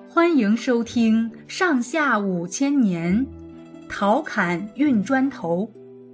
欢迎收听《上下5000年》，陶侃运砖头。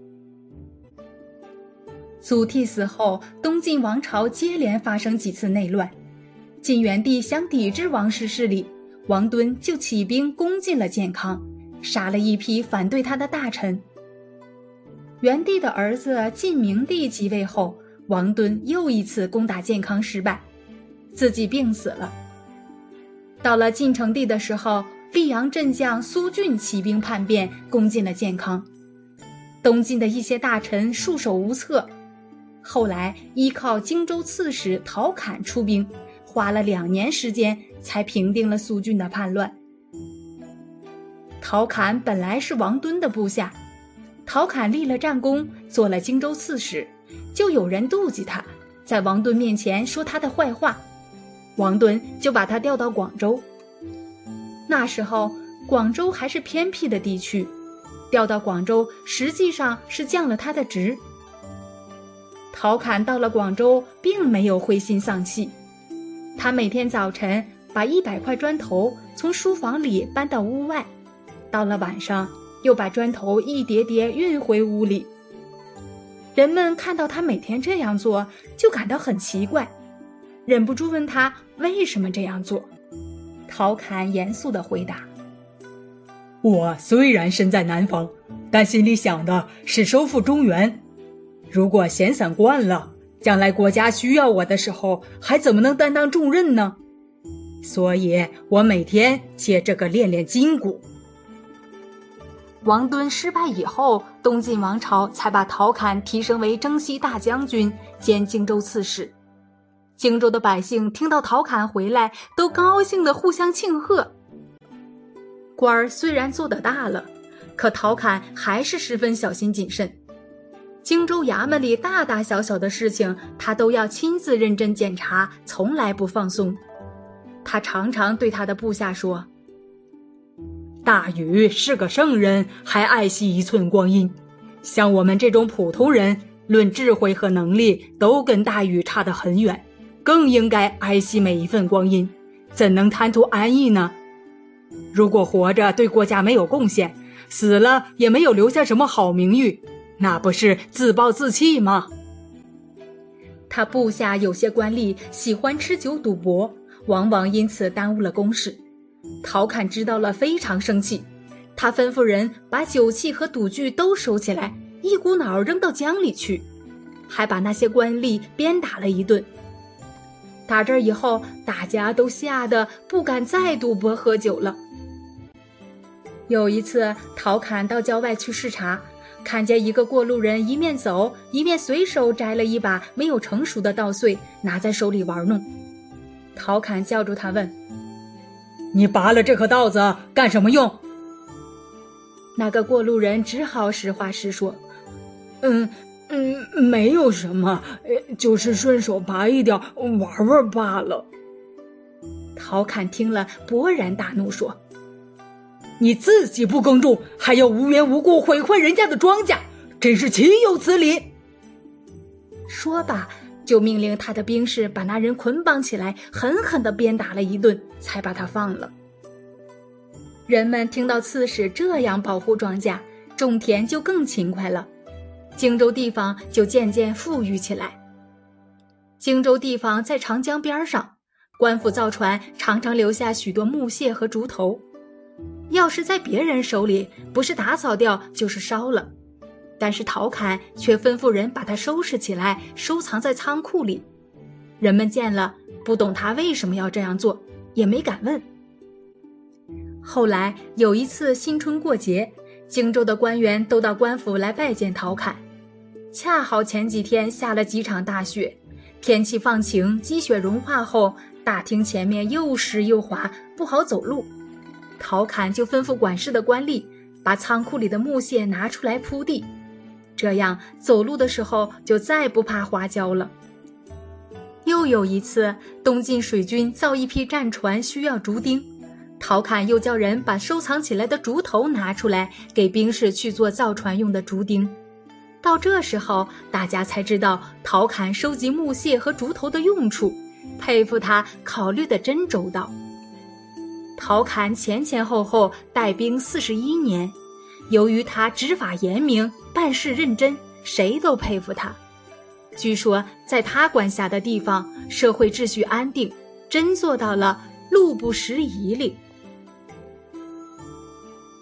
祖逖死后，东晋王朝接连发生几次内乱。晋元帝想抵制王室势力，王敦就起兵攻进了建康，杀了一批反对他的大臣。元帝的儿子晋明帝即位后，王敦又一次攻打建康失败，自己病死了。到了晋成帝的时候，溧阳镇将苏峻起兵叛变，攻进了建康。东晋的一些大臣束手无策，后来依靠荆州刺史陶侃出兵，花了2年时间才平定了苏峻的叛乱。陶侃本来是王敦的部下，陶侃立了战功，做了荆州刺史，就有人妒忌他，在王敦面前说他的坏话。王敦就把他调到广州。那时候广州还是偏僻的地区，调到广州实际上是降了他的职。陶侃到了广州并没有灰心丧气，他每天早晨把100块砖头从书房里搬到屋外，到了晚上又把砖头一叠叠运回屋里。人们看到他每天这样做，就感到很奇怪，忍不住问他为什么这样做。陶侃严肃地回答： 我虽然身在南方，但心里想的是收复中原。如果闲散惯了，将来国家需要我的时候，还怎么能担当重任呢？所以我每天借这个练练筋骨。 王敦失败以后，东晋王朝才把陶侃提升为征西大将军兼荆州刺史。荆州的百姓听到陶侃回来，都高兴地互相庆贺。官儿虽然做得大了，可陶侃还是十分小心谨慎。荆州衙门里大大小小的事情，他都要亲自认真检查，从来不放松。他常常对他的部下说： 大禹是个圣人，还爱惜1寸光阴。像我们这种普通人，论智慧和能力都跟大禹差得很远，更应该爱惜每一份光阴，怎能贪图安逸呢？如果活着对国家没有贡献，死了也没有留下什么好名誉，那不是自暴自弃吗？ 他部下有些官吏喜欢吃酒赌博，往往因此耽误了公事。陶侃知道了非常生气，他吩咐人把酒器和赌具都收起来，一股脑扔到江里去，还把那些官吏鞭打了一顿。打这以后，大家都吓得不敢再赌博喝酒了。有一次，陶侃到郊外去视察，看见一个过路人一面走一面随手摘了一把没有成熟的稻穗，拿在手里玩弄。陶侃叫住他问： 你拔了这棵稻子干什么用？ 那个过路人只好实话实说： 没有什么，就是顺手拔一点玩玩罢了。 陶侃听了勃然大怒，说： 你自己不耕种，还要无缘无故毁坏人家的庄稼，真是岂有此理！ 说罢，就命令他的兵士把那人捆绑起来，狠狠地鞭打了一顿，才把他放了。人们听到刺史这样保护庄稼，种田就更勤快了，荆州地方就渐渐富裕起来。荆州地方在长江边上，官府造船常常留下许多木屑和竹头，要是在别人手里，不是打扫掉就是烧了。但是陶侃却吩咐人把它收拾起来，收藏在仓库里。人们见了，不懂他为什么要这样做，也没敢问。后来有一次新春过节，荆州的官员都到官府来拜见陶侃。恰好前几天下了几场大雪，天气放晴，积雪融化后，大厅前面又湿又滑，不好走路。陶侃就吩咐管事的官吏把仓库里的木屑拿出来铺地，这样走路的时候就再不怕滑跤了。又有一次，东晋水军造一批战船需要竹钉，陶侃又叫人把收藏起来的竹头拿出来，给兵士去做造船用的竹钉。到这时候，大家才知道陶侃收集木屑和竹头的用处，佩服他考虑得真周到。 陶侃前前后后带兵41年，由于他执法严明，办事认真，谁都佩服他。据说在他管辖的地方，社会秩序安定，真做到了路不拾遗里。